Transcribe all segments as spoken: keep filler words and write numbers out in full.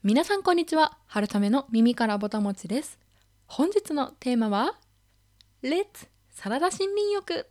皆さんこんにちは。春雨の耳からぼたもちです。本日のテーマはレッツサラダ森林浴。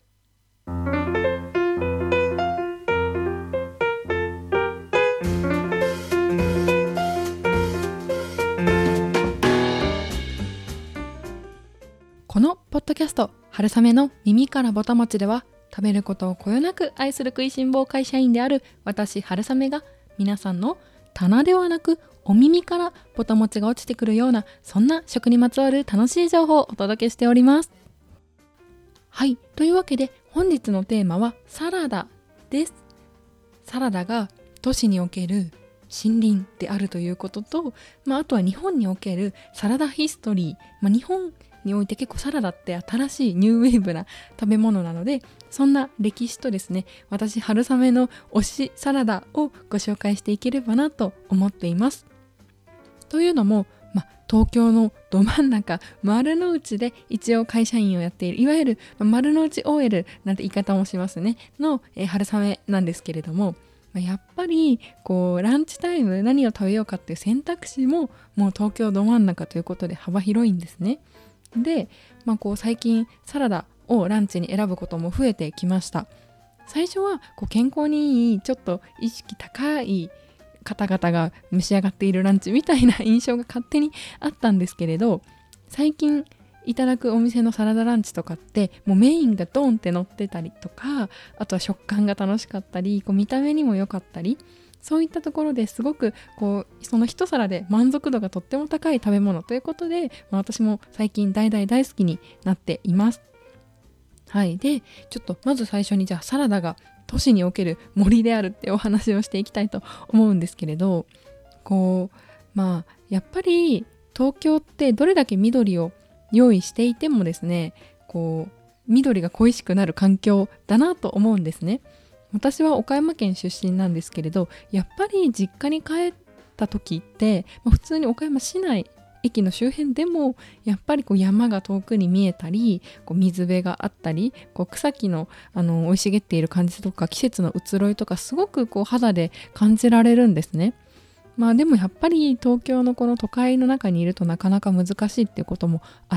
このポッドキャスト春雨の耳からぼたもちでは、食べることをこよなく愛する食いしん坊会社員である私春雨が、皆さんの棚ではなくお耳からぼたもちが落ちてくるような、そんな食にまつわる楽しい情報をお届けしております。はい、というわけで本日のテーマはサラダです。サラダが都市における森林であるということと、まあ、あとは日本におけるサラダヒストリー、まあ、日本において結構サラダって新しいニューウェーブな食べ物なので、そんな歴史とですね、私春雨の推しサラダをご紹介していければなと思っています。というのも、まあ、東京のど真ん中丸の内で一応会社員をやっている、いわゆる、まあ、丸の内 オーエル なんて言い方もしますねの、えー、春雨なんですけれども、まあ、やっぱりこうランチタイム何を食べようかっていう選択肢ももう東京ど真ん中ということで幅広いんですね。で、まあ、こう最近サラダをランチに選ぶことも増えてきました。最初はこう健康にいいちょっと意識高い方々が召し上がっているランチみたいな印象が勝手にあったんですけれど、最近いただくお店のサラダランチとかってもうメインがドーンって乗ってたりとか、あとは食感が楽しかったり、こう見た目にも良かったり、そういったところですごくこうその一皿で満足度がとっても高い食べ物ということで、まあ、私も最近大大大好きになっています。はい。で、ちょっとまず最初にじゃあサラダが都市における森であるってお話をしていきたいと思うんですけれど、こうまあやっぱり東京ってどれだけ緑を用意していてもですね、こう緑が恋しくなる環境だなと思うんですね。私は岡山県出身なんですけれど、やっぱり実家に帰った時って、まあ、普通に岡山市内駅の周辺でもやっぱりこう山が遠くに見えたり、こう水辺があったり、こう草木のあの生い茂っている感じとか、季節の移ろいとかすごくこう肌で感じられるんですね。まあでもやっぱり東京のこの都会の中にいるとなかなか難しいっていうこともあって、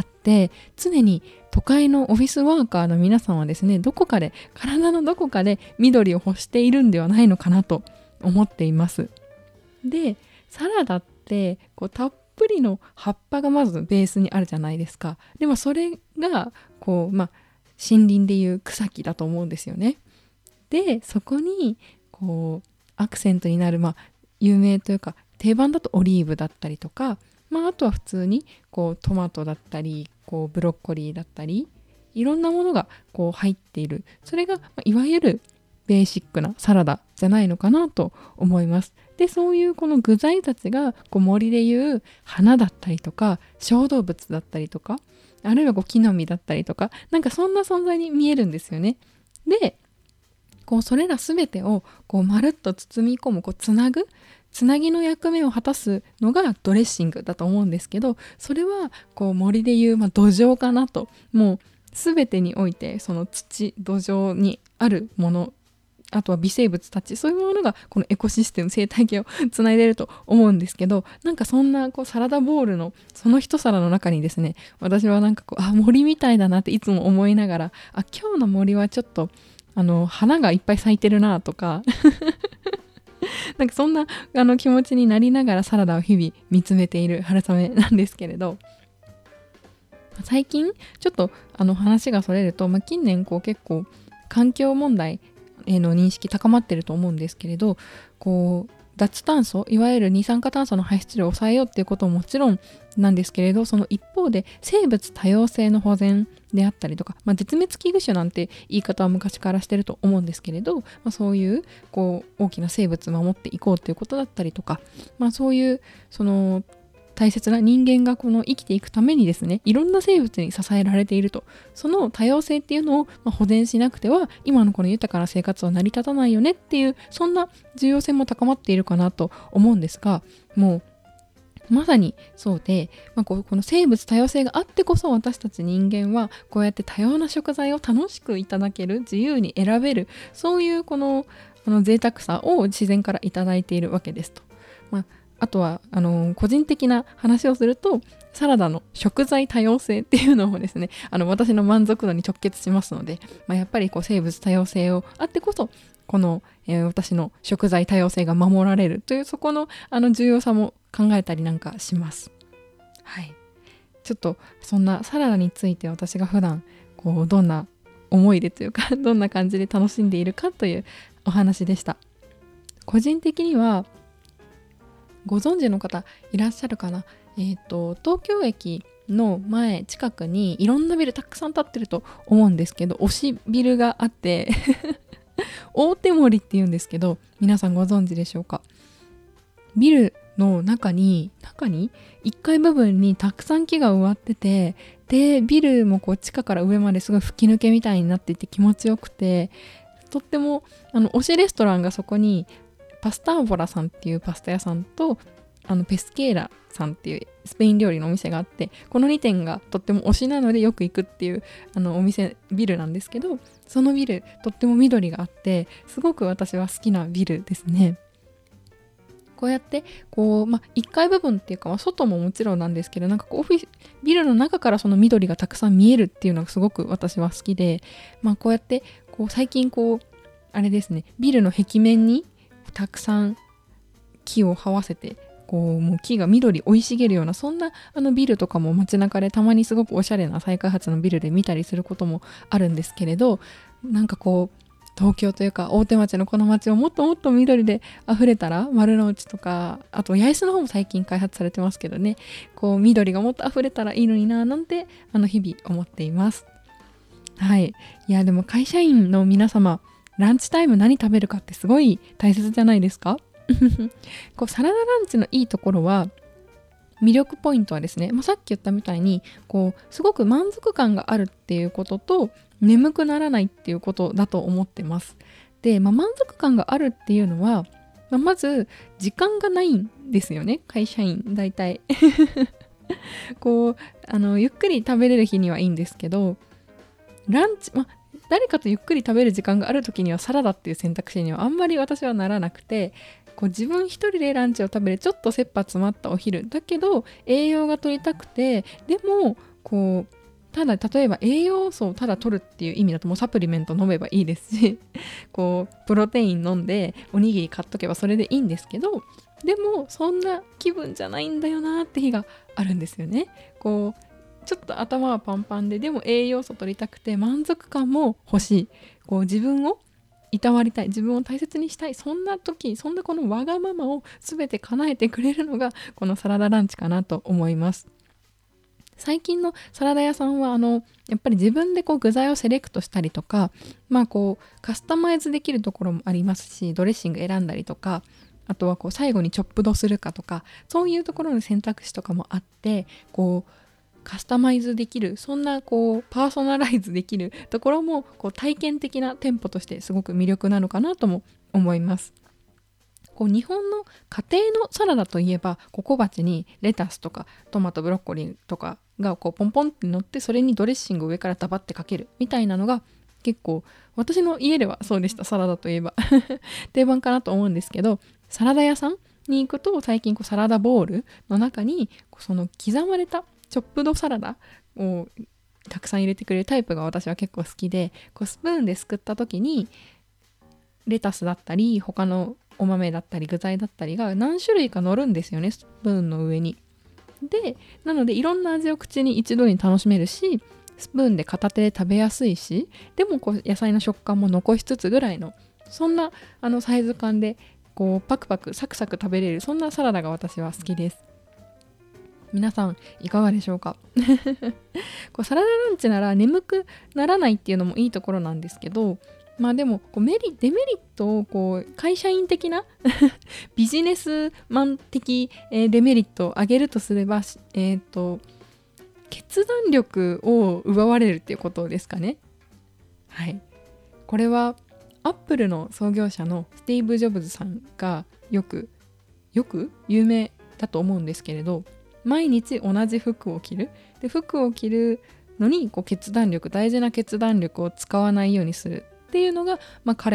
常に都会のオフィスワーカーの皆さんはですね、どこかで体のどこかで緑を欲しているんではないのかなと思っています。で、サラダってこうたっぷりの葉っぱがまずベースにあるじゃないですか。でもそれがこうまあ森林でいう草木だと思うんですよね。で、そこにこうアクセントになるまあ有名というか定番だとオリーブだったりとか、まあ、あとは普通にこうトマトだったりこうブロッコリーだったり、いろんなものがこう入っている、それがいわゆるベーシックなサラダじゃないのかなと思います。で、そういうこの具材たちがこう森でいう花だったりとか小動物だったりとか、あるいはこう木の実だったりとか、なんかそんな存在に見えるんですよね。で、こうそれらすべてをこうまるっと包み込む、こうつなぐつなぎの役目を果たすのがドレッシングだと思うんですけど、それはこう森でいう、まあ、土壌かなと。もうすべてにおいてその土土壌にあるもの、あとは微生物たち、そういうものがこのエコシステム生態系をつないでると思うんですけど、なんかそんなこうサラダボウルのその一皿の中にですね、私はなんかこうあ森みたいだなっていつも思いながら、あ今日の森はちょっとあの花がいっぱい咲いてるなとかなんかそんなあの気持ちになりながらサラダを日々見つめている春雨なんですけれど、最近ちょっとあの話がそれると、まあ、近年こう結構環境問題への認識高まってると思うんですけれど、こう脱炭素、いわゆる二酸化炭素の排出量を抑えようっていうことももちろんなんですけれど、その一方で生物多様性の保全であったりとか、まあ、絶滅危惧種なんて言い方は昔からしてると思うんですけれど、まあ、そういうこう大きな生物を守っていこうということだったりとか、まあ、そういうその大切な人間がこの生きていくためにですね、いろんな生物に支えられていると、その多様性っていうのを保全しなくては今のこの豊かな生活は成り立たないよねっていう、そんな重要性も高まっているかなと思うんですが、もうまさにそうで、まあ、こうこの生物多様性があってこそ私たち人間はこうやって多様な食材を楽しくいただける、自由に選べる、そういうこの、あの贅沢さを自然からいただいているわけですと。まああとはあの個人的な話をすると、サラダの食材多様性っていうのもですね、あの私の満足度に直結しますので、まあ、やっぱりこう生物多様性をあってこそこの、えー、私の食材多様性が守られるという、そこのあの重要さも考えたりなんかします。はい。ちょっとそんなサラダについて私が普段こうどんな思いでというかどんな感じで楽しんでいるかというお話でした。個人的にはご存知の方いらっしゃるかな。えっと東京駅の前近くにいろんなビルたくさん建ってると思うんですけど、推しビルがあって大手森っていうんですけど、皆さんご存知でしょうか。ビルの中に中にいっかい部分にたくさん木が植わってて、でビルもこう地下から上まですごい吹き抜けみたいになっていて気持ちよくて、とってもあの推しレストランがそこにパスターボラさんっていうパスタ屋さんと、あのペスケーラさんっていうスペイン料理のお店があって、このにてんがとっても推しなのでよく行くっていうあのお店ビルなんですけど、そのビルとっても緑があってすごく私は好きなビルですね。こうやってこう、まあ、いっかい部分っていうか、まあ、外ももちろんなんですけど、なんかこうオフィスビルの中からその緑がたくさん見えるっていうのがすごく私は好きで、まあ、こうやってこう最近こうあれですね、ビルの壁面にたくさん木を這わせてこうもう木が緑生い茂るような、そんなあのビルとかも街中でたまにすごくおしゃれな再開発のビルで見たりすることもあるんですけれど、なんかこう東京というか大手町のこの町をもっともっと緑で溢れたら、丸の内とかあと八重洲の方も最近開発されてますけどね、こう緑がもっと溢れたらいいのにななんてあの日々思っています。はい。いやでも会社員の皆様、ランチタイム何食べるかってすごい大切じゃないですかこうサラダランチのいいところは、魅力ポイントはですね、まあ、さっき言ったみたいにこうすごく満足感があるっていうことと、眠くならないっていうことだと思ってます。で、まあ、満足感があるっていうのは、まあ、まず時間がないんですよね、会社員大体こうあのゆっくり食べれる日にはいいんですけど、ランチ、まあ、誰かとゆっくり食べる時間がある時にはサラダっていう選択肢にはあんまり私はならなくて、こう自分一人でランチを食べるちょっと切羽詰まったお昼だけど栄養が取りたくて、でもこうただ例えば栄養素をただ取るっていう意味だともうサプリメント飲めばいいですしこうプロテイン飲んでおにぎり買っとけばそれでいいんですけど、でもそんな気分じゃないんだよなって日があるんですよね。こうちょっと頭はパンパンで、でも栄養素取りたくて満足感も欲しい、こう自分をいたわりたい、自分を大切にしたい、そんな時、そんなこのわがままを全て叶えてくれるのがこのサラダランチかなと思います。最近のサラダ屋さんはあのやっぱり自分でこう具材をセレクトしたりとか、まあこうカスタマイズできるところもありますし、ドレッシング選んだりとか、あとはこう最後にチョップドするかとか、そういうところの選択肢とかもあって、こうカスタマイズできる、そんなこうパーソナライズできるところもこう体験的な店舗としてすごく魅力なのかなとも思います。こう日本の家庭のサラダといえば、こう小鉢にレタスとかトマト、ブロッコリーとかがこうポンポンって乗って、それにドレッシングを上からダバってかけるみたいなのが結構私の家ではそうでした。サラダといえば定番かなと思うんですけど、サラダ屋さんに行くと最近こうサラダボウルの中にその刻まれたチョップドサラダをたくさん入れてくれるタイプが私は結構好きで、こうスプーンですくった時にレタスだったり他のお豆だったり具材だったりが何種類か乗るんですよね、スプーンの上に。でなのでいろんな味を口に一度に楽しめるし、スプーンで片手で食べやすいし、でもこう野菜の食感も残しつつぐらいの、そんなあのサイズ感でこうパクパクサクサク食べれる、そんなサラダが私は好きです。皆さんいかがでしょうかこうサラダランチなら眠くならないっていうのもいいところなんですけど、まあでもこうメリデメリットをこう会社員的なビジネスマン的、えー、デメリットを挙げるとすれば、えーと決断力を奪われるっていうことですかね。はい。これはアップルの創業者のスティーブ・ジョブズさんがよくよく有名だと思うんですけれど、毎日同じ服を着る。で服を着るのにこう決断力、大事な決断力を使わないようにするっていうのが、まあ、彼の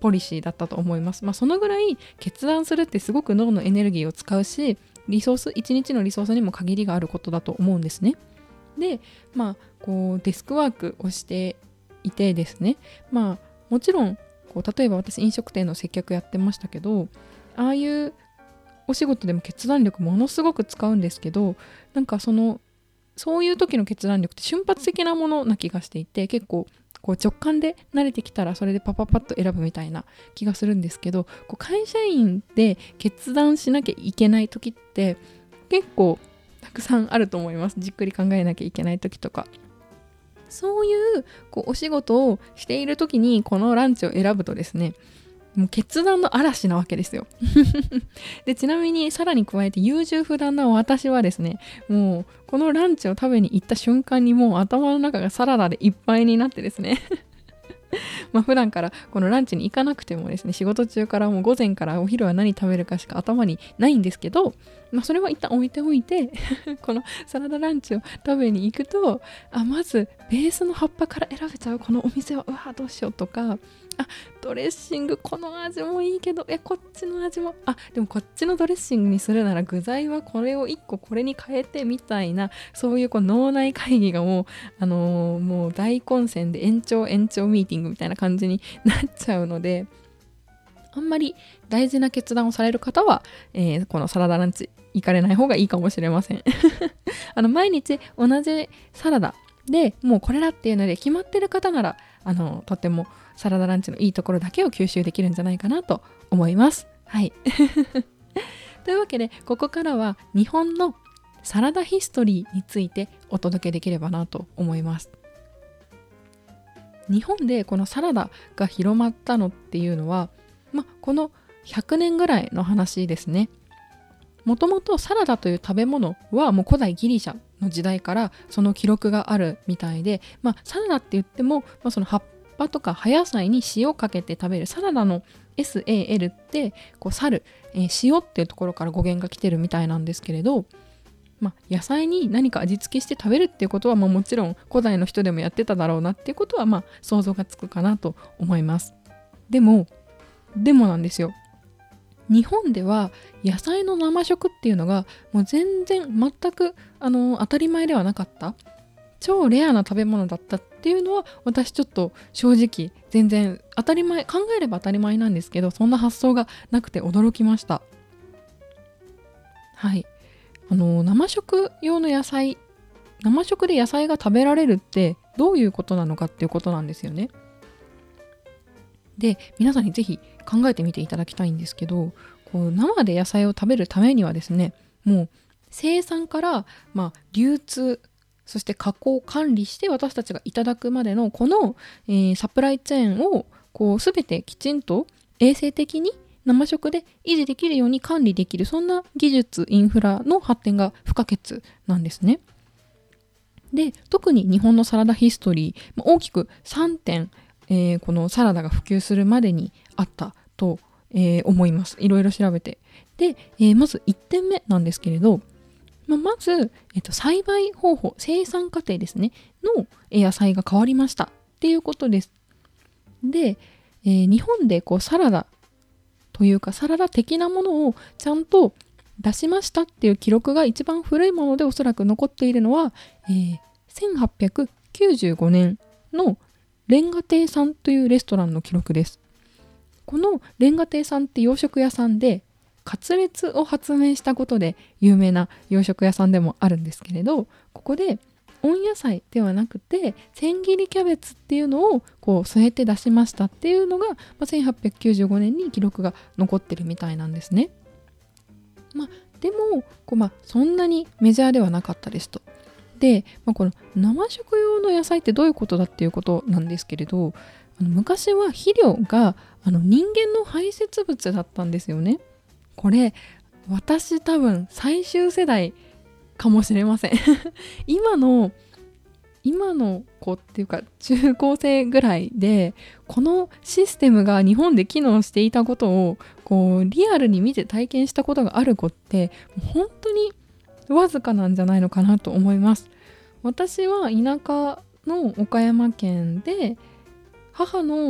ポリシーだったと思います。まあ、そのぐらい決断するってすごく脳のエネルギーを使うし、リソース一日のリソースにも限りがあることだと思うんですね。で、まあこうデスクワークをしていてですね、まあもちろんこう例えば私飲食店の接客やってましたけど、ああいうお仕事でも決断力ものすごく使うんですけど、なんかそのそういう時の決断力って瞬発的なものな気がしていて、結構こう直感で慣れてきたらそれでパパパッと選ぶみたいな気がするんですけど、こう会社員で決断しなきゃいけない時って結構たくさんあると思います。じっくり考えなきゃいけない時とか、そういうこうお仕事をしている時にこのランチを選ぶとですね、もう決断の嵐なわけですよでちなみにさらに加えて優柔不断な私はですね、もうこのランチを食べに行った瞬間にもう頭の中がサラダでいっぱいになってですねまあ普段からこのランチに行かなくてもですね、仕事中からもう午前からお昼は何食べるかしか頭にないんですけど、まあそれは一旦置いておいてこのサラダランチを食べに行くと、あまずベースの葉っぱから選べちゃうこのお店はうわどうしようとか、あドレッシングこの味もいいけどえこっちの味もあでもこっちのドレッシングにするなら具材はこれをいっここれに変えてみたいな、そういうこう脳内会議がもうあのー、もう大混戦で延長延長ミーティングみたいな感じになっちゃうので、あんまり大事な決断をされる方は、えー、このサラダランチ行かれない方がいいかもしれませんあの毎日同じサラダでもうこれだっていうので決まってる方ならあのとってもサラダランチのいいところだけを吸収できるんじゃないかなと思います。はいというわけでここからは日本のサラダヒストリーについてお届けできればなと思います。日本でこのサラダが広まったのっていうのは、ま、このひゃくねんぐらいの話ですね。もともとサラダという食べ物はもう古代ギリシャの時代からその記録があるみたいで、まあ、サラダって言っても、まあ、その葉っぱとか葉野菜に塩かけて食べるサラダの エスエーエル ってこう猿、えー、塩っていうところから語源が来てるみたいなんですけれど、まあ、野菜に何か味付けして食べるっていうことは、まあ、もちろん古代の人でもやってただろうなっていうことは、まあ、想像がつくかなと思います。でもでもなんですよ、日本では野菜の生食っていうのがもう全然全くあの当たり前ではなかった、超レアな食べ物だったっていうのは私ちょっと正直全然当たり前、考えれば当たり前なんですけど、そんな発想がなくて驚きました。はい、あの生食用の野菜、生食で野菜が食べられるってどういうことなのかっていうことなんですよね。で皆さんにぜひ考えてみていただきたいんですけど、こう生で野菜を食べるためにはですね、もう生産から、まあ、流通、そして加工管理して私たちがいただくまでのこの、えー、サプライチェーンをこう全てきちんと衛生的に生食で維持できるように管理できる、そんな技術インフラの発展が不可欠なんですね。で特に日本のサラダヒストリー、まあ、大きくさんてん、えー、このサラダが普及するまでにあったと、えー、思います。いろいろ調べて。で、えー、まずいってんめなんですけれど、まあ、まず、えーと、栽培方法、生産過程ですねの野菜が変わりましたっていうことです。で、えー、日本でこうサラダというかサラダ的なものをちゃんと出しましたっていう記録が一番古いものでおそらく残っているのは、えー、せんはっぴゃくきゅうじゅうごねんのレンガ亭さんというレストランの記録です。このレンガ亭さんって洋食屋さんでカツレツを発明したことで有名な洋食屋さんでもあるんですけれど、ここで温野菜ではなくて千切りキャベツっていうのをこう添えて出しましたっていうのが、まあ、せんはっぴゃくきゅうじゅうごねんに記録が残ってるみたいなんですね。まあ、でもこう、まあ、そんなにメジャーではなかったですと。で、まあ、この生食用の野菜ってどういうことだっていうことなんですけれど、あの昔は肥料があの人間の排泄物だったんですよね。これ私多分最終世代かもしれません今の今の子っていうか中高生ぐらいでこのシステムが日本で機能していたことをこうリアルに見て体験したことがある子って本当にわずかなんじゃないのかなと思います。私は田舎の岡山県で母の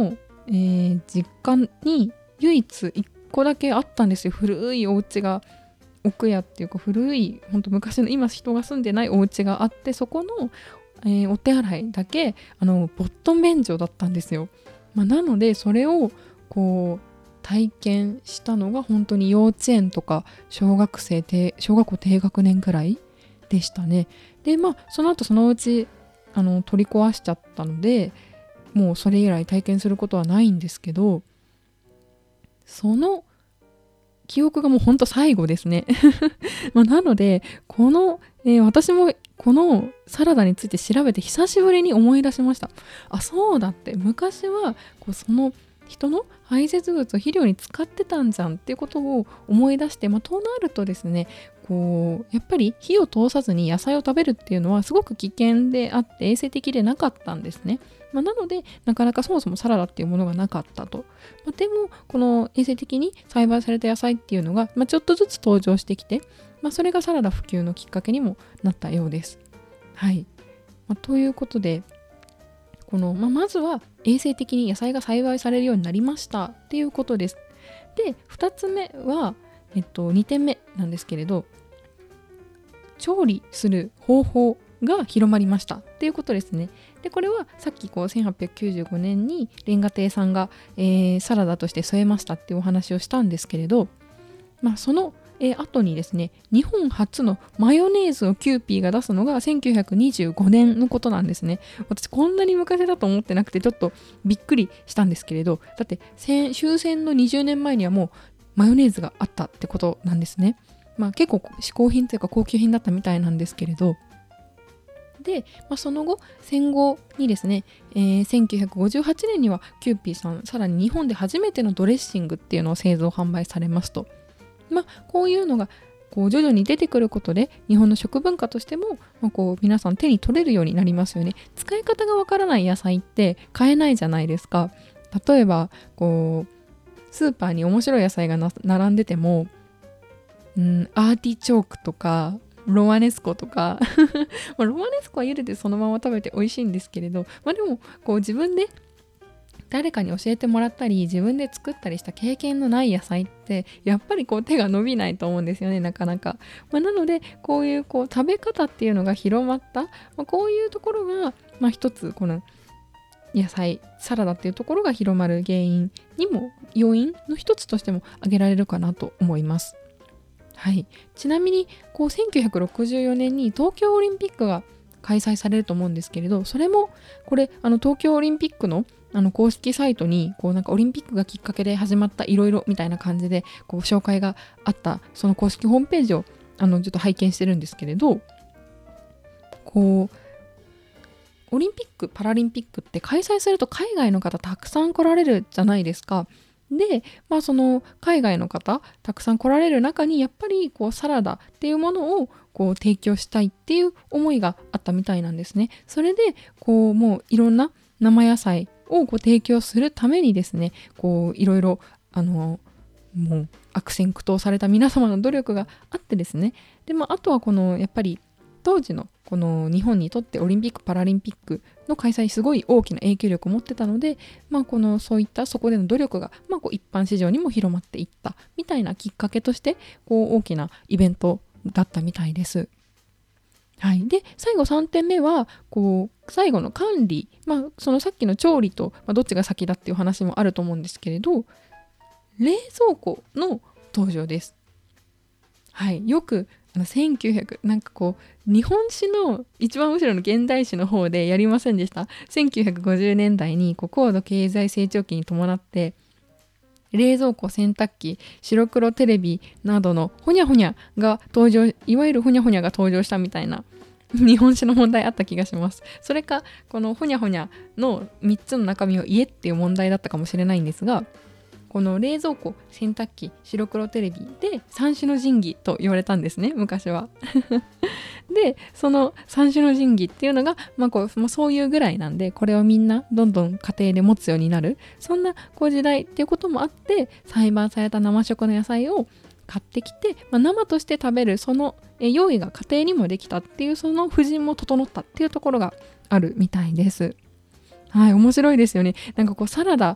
えー、実家に唯一いっこだけあったんですよ。古いお家が、奥屋っていうか古い本当昔の今人が住んでないお家があって、そこの、えー、お手洗いだけあのボットン便所だったんですよ。まあ、なのでそれをこう体験したのが本当に幼稚園とか小学生低小学校低学年くらいでしたね。でまあその後そのうちあの取り壊しちゃったので、もうそれ以来体験することはないんですけど、その記憶がもうほんと最後ですね。まあなのでこの、えー、私もこのサラダについて調べて久しぶりに思い出しました。あ、そうだって、昔はこうその人の排泄物を肥料に使ってたんじゃんっていうことを思い出して、まあ、となるとですね、こうやっぱり火を通さずに野菜を食べるっていうのはすごく危険であって衛生的でなかったんですね。まあ、なのでなかなかそもそもサラダっていうものがなかったと。まあ、でもこの衛生的に栽培された野菜っていうのが、まあ、ちょっとずつ登場してきて、まあ、それがサラダ普及のきっかけにもなったようです。はい。まあ、ということでこの、まあ、まずは衛生的に野菜が栽培されるようになりましたっていうことです。でふたつめは、えっと、にてんめなんですけれど、調理する方法が広まりましたっていうことですね。でこれはさっきこうせんはっぴゃくきゅうじゅうごねんに煉瓦亭さんが、えー、サラダとして添えましたっていうお話をしたんですけれど、まあ、そのえー、後にですね、日本初のマヨネーズをキューピーが出すのがせんきゅうひゃくにじゅうごねんのことなんですね。私こんなに昔だと思ってなくてちょっとびっくりしたんですけれど、だって終戦のにじゅうねんまえにはもうマヨネーズがあったってことなんですね。まあ結構嗜好品というか高級品だったみたいなんですけれど、で、まあ、その後戦後にですね、えー、せんきゅうひゃくごじゅうはちねんにはキューピーさんさらに日本で初めてのドレッシングっていうのを製造販売されますと。まあ、こういうのがこう徐々に出てくることで日本の食文化としても、まあ、こう皆さん手に取れるようになりますよね。使い方がわからない野菜って買えないじゃないですか。例えばこうスーパーに面白い野菜がな並んでても、うん、アーティチョークとかロマネスコとかまあロマネスコは茹でてそのまま食べて美味しいんですけれど、まあ、でもこう自分で誰かに教えてもらったり自分で作ったりした経験のない野菜ってやっぱりこう手が伸びないと思うんですよね、なかなか。まあ、なのでこういうこう食べ方っていうのが広まった、まあ、こういうところが、まあ、一つこの野菜サラダっていうところが広まる原因にも要因の一つとしても挙げられるかなと思います。はい、ちなみにこうせんきゅうひゃくろくじゅうよねんに東京オリンピックが開催されると思うんですけれど、それもこれあの東京オリンピックのあの公式サイトにこうなんかオリンピックがきっかけで始まったいろいろみたいな感じでこう紹介があったその公式ホームページをあのちょっと拝見してるんですけれど、こうオリンピックパラリンピックって開催すると海外の方たくさん来られるじゃないですか。で、まあ、その海外の方たくさん来られる中にやっぱりこうサラダっていうものをこう提供したいっていう思いがあったみたいなんですね。それでこうもういろんな生野菜をこう提供するためにですね、こういろいろあのもう悪戦苦闘された皆様の努力があってですね、で、まあ、あとはこのやっぱり当時のこの日本にとってオリンピック・パラリンピックの開催すごい大きな影響力を持ってたので、まあ、このそういったそこでの努力が、まあ、こう一般市場にも広まっていったみたいなきっかけとしてこう大きなイベントだったみたいです。はい、で最後さんてんめはこう最後の管理、まあ、そのさっきの調理と、まあ、どっちが先だっていう話もあると思うんですけれど、冷蔵庫の登場です。はい、よくあのせんきゅうひゃくなんかこう日本史の一番後ろの現代史の方でやりませんでした？せんきゅうひゃくごじゅうねんだいにこう高度経済成長期に伴って冷蔵庫、洗濯機、白黒テレビなどのホニャホニャが登場、いわゆるホニャホニャが登場したみたいな日本史の問題あった気がします。それかこのホニャホニャのみっつの中身を言えっていう問題だったかもしれないんですが、この冷蔵庫、洗濯機、白黒テレビで三種の神器と言われたんですね、昔は。で、その三種の神器っていうのが、まあこう、もうそういうぐらいなんで、これをみんなどんどん家庭で持つようになる、そんなこう時代っていうこともあって、栽培された生食の野菜を買ってきて、まあ、生として食べるその用意が家庭にもできたっていう、その布陣も整ったっていうところがあるみたいです。はい、面白いですよね。なんかこうサラダ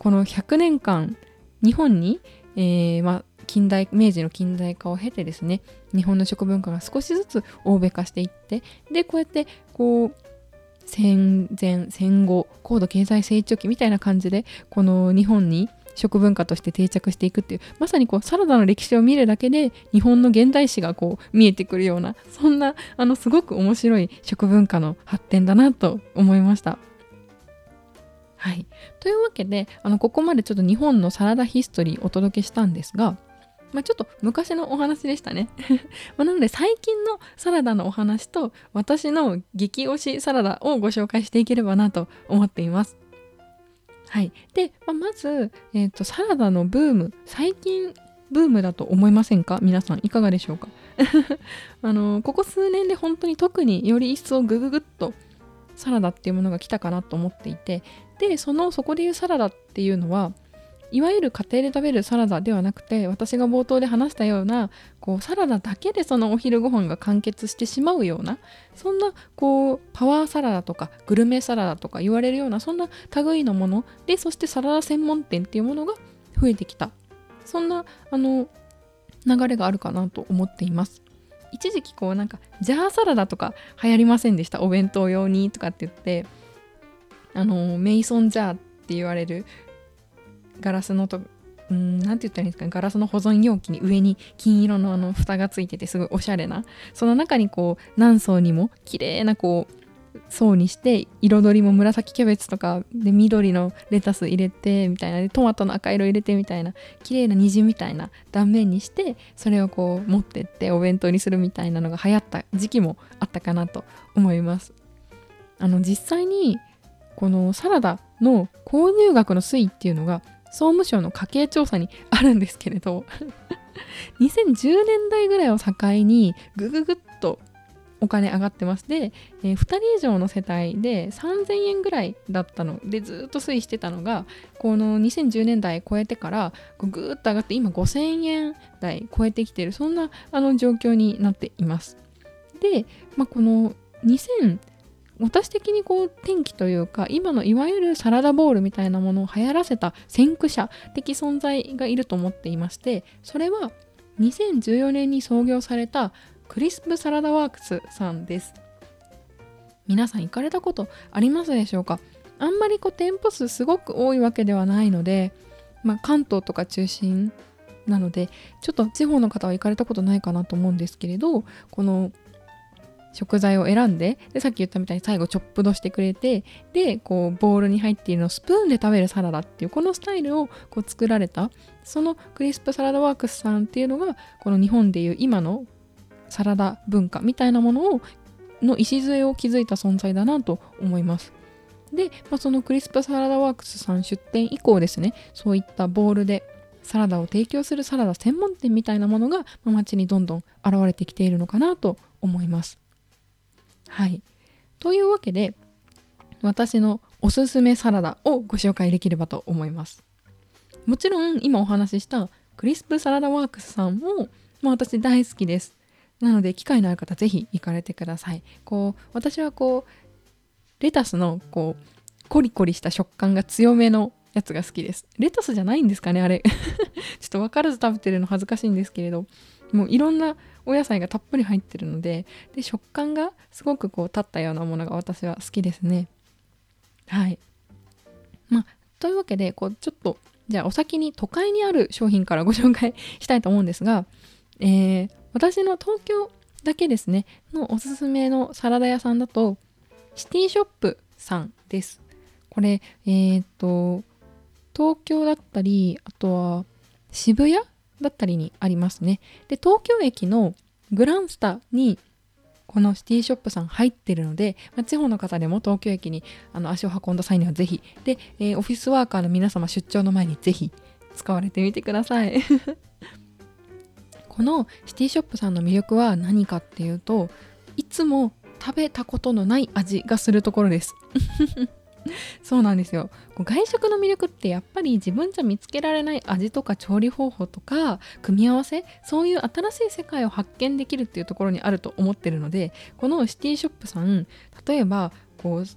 このひゃくねんかん日本に、えーまあ、近代明治の近代化を経てですね、日本の食文化が少しずつ欧米化していって、でこうやってこう戦前戦後高度経済成長期みたいな感じでこの日本に食文化として定着していくっていう、まさにこうサラダの歴史を見るだけで日本の現代史がこう見えてくるような、そんなあのすごく面白い食文化の発展だなと思いました。はい、というわけであのここまでちょっと日本のサラダヒストリーをお届けしたんですが、まあ、ちょっと昔のお話でしたねまあなので最近のサラダのお話と私の激推しサラダをご紹介していければなと思っています。はい、で、まあ、まず、えーと、サラダのブーム、最近ブームだと思いませんか？皆さんいかがでしょうかあのここ数年で本当に特により一層グググッとサラダっていうものが来たかなと思っていて、でそのそこでいうサラダっていうのはいわゆる家庭で食べるサラダではなくて、私が冒頭で話したようなこうサラダだけでそのお昼ご飯が完結してしまうような、そんなこうパワーサラダとかグルメサラダとか言われるような、そんな類のもので、そしてサラダ専門店っていうものが増えてきた、そんなあの流れがあるかなと思っています。一時期こうなんかジャーサラダとか流行りませんでした？お弁当用にとかって言って、あのメイソンジャーって言われるガラスのとうーんなんて言ったらいいんですかね、ガラスの保存容器に上に金色のあの蓋がついててすごいおしゃれな、その中にこう何層にも綺麗なこう層にして、彩りも紫キャベツとかで緑のレタス入れてみたいな、でトマトの赤色入れてみたいな、綺麗な虹みたいな断面にして、それをこう持ってってお弁当にするみたいなのが流行った時期もあったかなと思います。あの実際にこのサラダの購入額の推移っていうのが総務省の家計調査にあるんですけれどにせんじゅうねんだいぐらいを境にぐぐぐっとお金上がってます。で、えー、ふたり以上の世帯でさんぜんえんぐらいだったのでずっと推移してたのが、このにせんじゅうねんだい超えてからぐーっと上がって今ごせんえん台超えてきている、そんなあの状況になっています。で、まあ、このにせん私的にこう転機というか、今のいわゆるサラダボールみたいなものを流行らせた先駆者的存在がいると思っていまして、それはにせんじゅうよねんに創業されたクリスプサラダワークスさんです。皆さん行かれたことありますでしょうか？あんまりこう店舗数すごく多いわけではないので、まあ、関東とか中心なのでちょっと地方の方は行かれたことないかなと思うんですけれど、この食材を選ん で, でさっき言ったみたいに最後チョップドしてくれて、でこうボウルに入っているのをスプーンで食べるサラダっていうこのスタイルをこう作られた、そのクリスプサラダワークスさんっていうのがこの日本でいう今のサラダ文化みたいなものをの礎を築いた存在だなと思います。で、まあ、そのクリスプサラダワークスさん出店以降ですね、そういったボウルでサラダを提供するサラダ専門店みたいなものが街にどんどん現れてきているのかなと思います。はい、というわけで私のおすすめサラダをご紹介できればと思います。もちろん今お話ししたクリスプサラダワークスさんも、まあ、私大好きです。なので機会のある方ぜひ行かれてください。こう私はこうレタスのこうコリコリした食感が強めのやつが好きです。レタスじゃないんですかねあれちょっと分からず食べてるの恥ずかしいんですけれど、もういろんなお野菜がたっぷり入ってるので、で食感がすごくこう立ったようなものが私は好きですね。はい。まあというわけでこうちょっとじゃあお先に都会にある商品からご紹介したいと思うんですが、えー、私の東京だけですねのおすすめのサラダ屋さんだとシティショップさんです。これえっと東京だったり、あとは渋谷だったりにありますね。で東京駅のグランスタにこのシティショップさん入ってるので、まあ、地方の方でも東京駅にあの足を運んだ際にはぜひで、えー、オフィスワーカーの皆様出張の前にぜひ使われてみてくださいこのシティショップさんの魅力は何かっていうと、いつも食べたことのない味がするところですそうなんですよ。外食の魅力ってやっぱり自分じゃ見つけられない味とか調理方法とか組み合わせ、そういう新しい世界を発見できるっていうところにあると思ってるので、このシティショップさん、例えばこう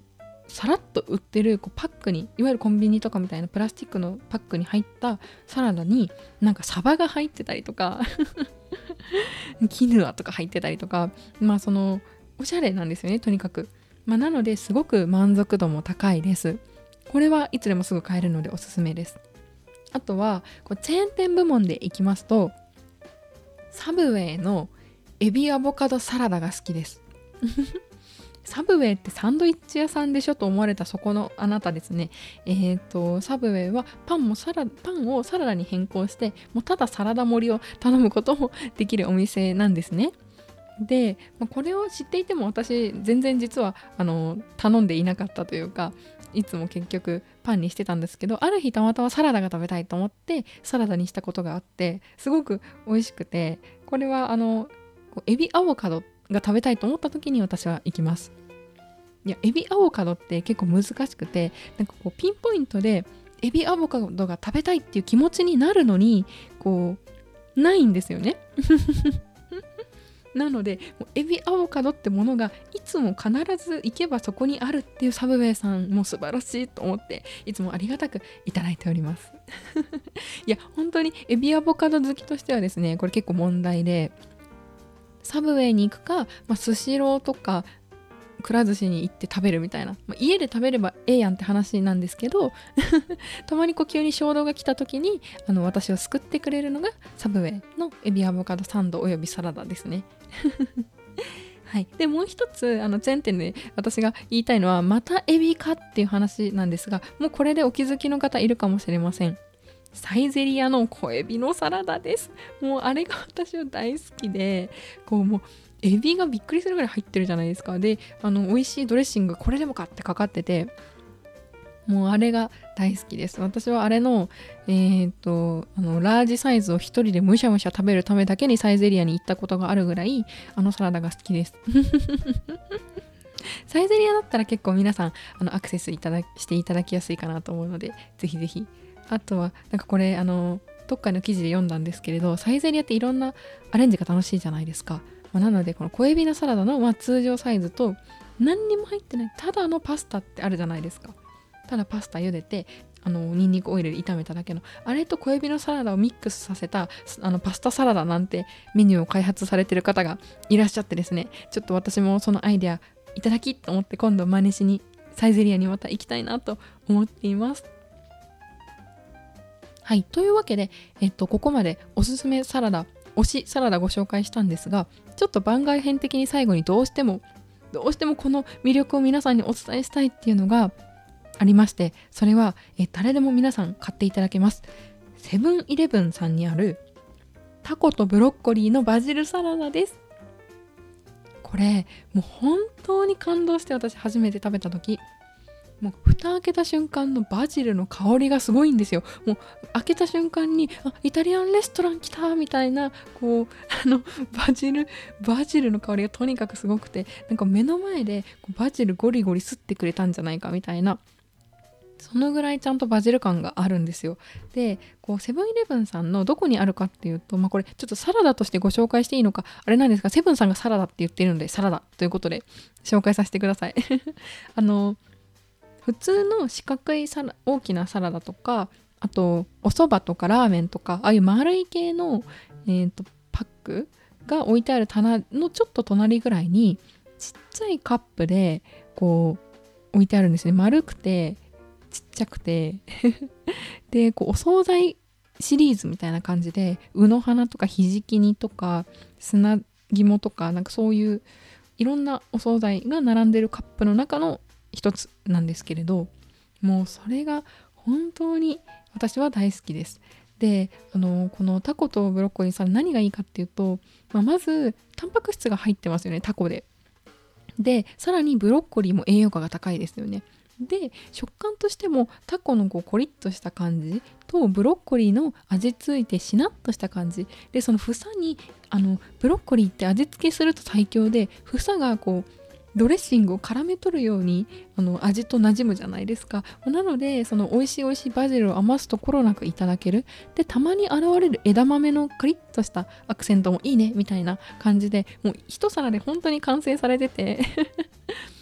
さらっと売ってるこうパックに、いわゆるコンビニとかみたいなプラスチックのパックに入ったサラダになんかサバが入ってたりとかキヌアとか入ってたりとか、まあそのおしゃれなんですよね、とにかく。まあ、なのですごく満足度も高いです。これはいつでもすぐ買えるのでおすすめです。あとはこうチェーン店部門でいきますと、サブウェイのエビアボカドサラダが好きですサブウェイってサンドイッチ屋さんでしょと思われたそこのあなたですね。えっとサブウェイはパンもサラパンをサラダに変更して、もうただサラダ盛りを頼むこともできるお店なんですね。で、まあ、これを知っていても私全然実はあの頼んでいなかったというか、いつも結局パンにしてたんですけど、ある日たまたまサラダが食べたいと思ってサラダにしたことがあって、すごく美味しくて、これはあのエビアボカドが食べたいと思った時に私は行きます。いや、エビアボカドって結構難しくて、なんかこうピンポイントでエビアボカドが食べたいっていう気持ちになるのにこうないんですよねなのでエビアボカドってものがいつも必ず行けばそこにあるっていうサブウェイさんも素晴らしいと思って、いつもありがたくいただいておりますいや本当にエビアボカド好きとしてはですね、これ結構問題で、サブウェイに行くか、まあ、スシローとかくら寿司に行って食べるみたいな、まあ、家で食べればええやんって話なんですけどたまにこう急に衝動が来た時にあの私を救ってくれるのがサブウェイのエビアボカドサンドおよびサラダですねはい、でもう一つあのチェーン店で私が言いたいのは、またエビかっていう話なんですが、もうこれでお気づきの方いるかもしれません。サイゼリヤの小エビのサラダです。もうあれが私は大好きで、こうもうエビがびっくりするぐらい入ってるじゃないですか。で、あの美味しいドレッシングこれでもかってかかってて、もうあれが大好きです。私はあれのえー、っとあのラージサイズを一人でむしゃむしゃ食べるためだけにサイゼリヤに行ったことがあるぐらい、あのサラダが好きですサイゼリヤだったら結構皆さんあのアクセスいただしていただきやすいかなと思うので、ぜひぜひ。あとはなんかこれあのどっかの記事で読んだんですけれど、サイゼリヤっていろんなアレンジが楽しいじゃないですか。まあ、なのでこの小エビのサラダの、まあ、通常サイズと何にも入ってないただのパスタってあるじゃないですか。ただパスタ茹でてあのニンニクオイルで炒めただけのあれと小エビのサラダをミックスさせたあのパスタサラダなんてメニューを開発されてる方がいらっしゃってですね、ちょっと私もそのアイデアいただきと思って今度真似しにサイゼリヤにまた行きたいなと思っています。はい、というわけで、えっと、ここまでおすすめサラダ推しサラダご紹介したんですが、ちょっと番外編的に最後にどうしてもどうしてもこの魅力を皆さんにお伝えしたいっていうのがありまして、それはえ誰でも皆さん買っていただけます。セブンイレブンさんにあるタコとブロッコリーのバジルサラダです。これもう本当に感動して、私初めて食べた時もう蓋開けた瞬間のバジルの香りがすごいんですよ。もう開けた瞬間にあイタリアンレストラン来たみたいな、こうあのバジルバジルの香りがとにかくすごくて、なんか目の前でこうバジルゴリゴリ吸ってくれたんじゃないかみたいな、そのぐらいちゃんとバジル感があるんですよ。でこうセブンイレブンさんのどこにあるかっていうと、まあ、これちょっとサラダとしてご紹介していいのかあれなんですが、セブンさんがサラダって言ってるのでサラダということで紹介させてくださいあの普通の四角いサラ大きなサラダとか、あとお蕎麦とかラーメンとか、ああいう丸い系の、えーと、パックが置いてある棚のちょっと隣ぐらいにちっちゃいカップでこう置いてあるんですね。丸くてちっちゃくてでこうお惣菜シリーズみたいな感じで、卯の花とかひじき煮とか砂肝とか、なんかそういういろんなお惣菜が並んでるカップの中の一つなんですけれど、もうそれが本当に私は大好きです。であのこのタコとブロッコリーさん何がいいかっていうと、まあ、まずタンパク質が入ってますよね、タコで。でさらにブロッコリーも栄養価が高いですよね。で食感としてもタコのこうコリッとした感じとブロッコリーの味付いてしなっとした感じで、その房にあのブロッコリーって味付けすると最強で、房がこうドレッシングを絡め取るようにあの味と馴染むじゃないですか。なのでその美味しい美味しいバジルを余すところなくいただける。でたまに現れる枝豆のカリッとしたアクセントもいいねみたいな感じで、もう一皿で本当に完成されてて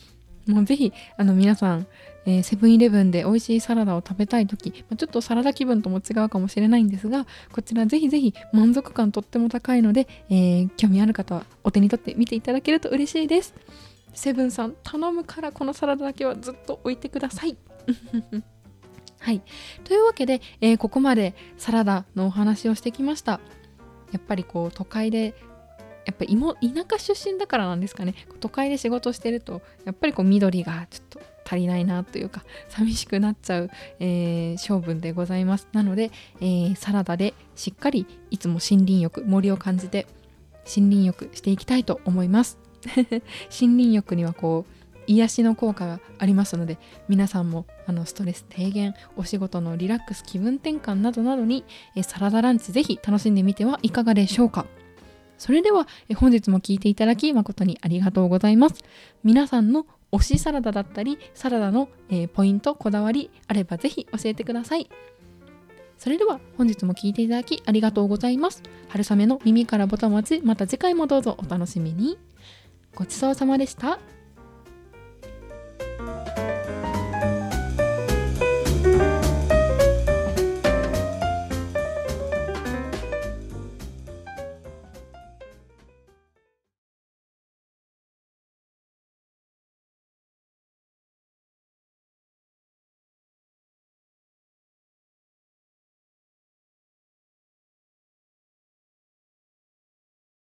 もうぜひあの皆さん、えーセブンイレブンで美味しいサラダを食べたいとき、まあちょっとサラダ気分とも違うかもしれないんですが、こちらぜひぜひ満足感とっても高いので、えー興味ある方はお手に取って見ていただけると嬉しいです。セブンさん頼むからこのサラダだけはずっと置いてください。はい。というわけで、えーここまでサラダのお話をしてきました。やっぱりこう都会でやっぱり田舎出身だからなんですかね、都会で仕事してるとやっぱりこう緑がちょっと足りないなというか寂しくなっちゃう、えー、性分でございます。なので、えーサラダでしっかりいつも森林浴、森を感じて森林浴していきたいと思います。森林浴にはこう癒しの効果がありますので、皆さんもあのストレス低減、お仕事のリラックス、気分転換などなどにえサラダランチぜひ楽しんでみてはいかがでしょうか。それではえ本日も聞いていただき誠にありがとうございます。皆さんの推しサラダだったりサラダの、えーポイント、こだわりあればぜひ教えてください。それでは本日も聞いていただきありがとうございます。春雨の耳からぼたもち、また次回もどうぞお楽しみに。ごちそうさまでした。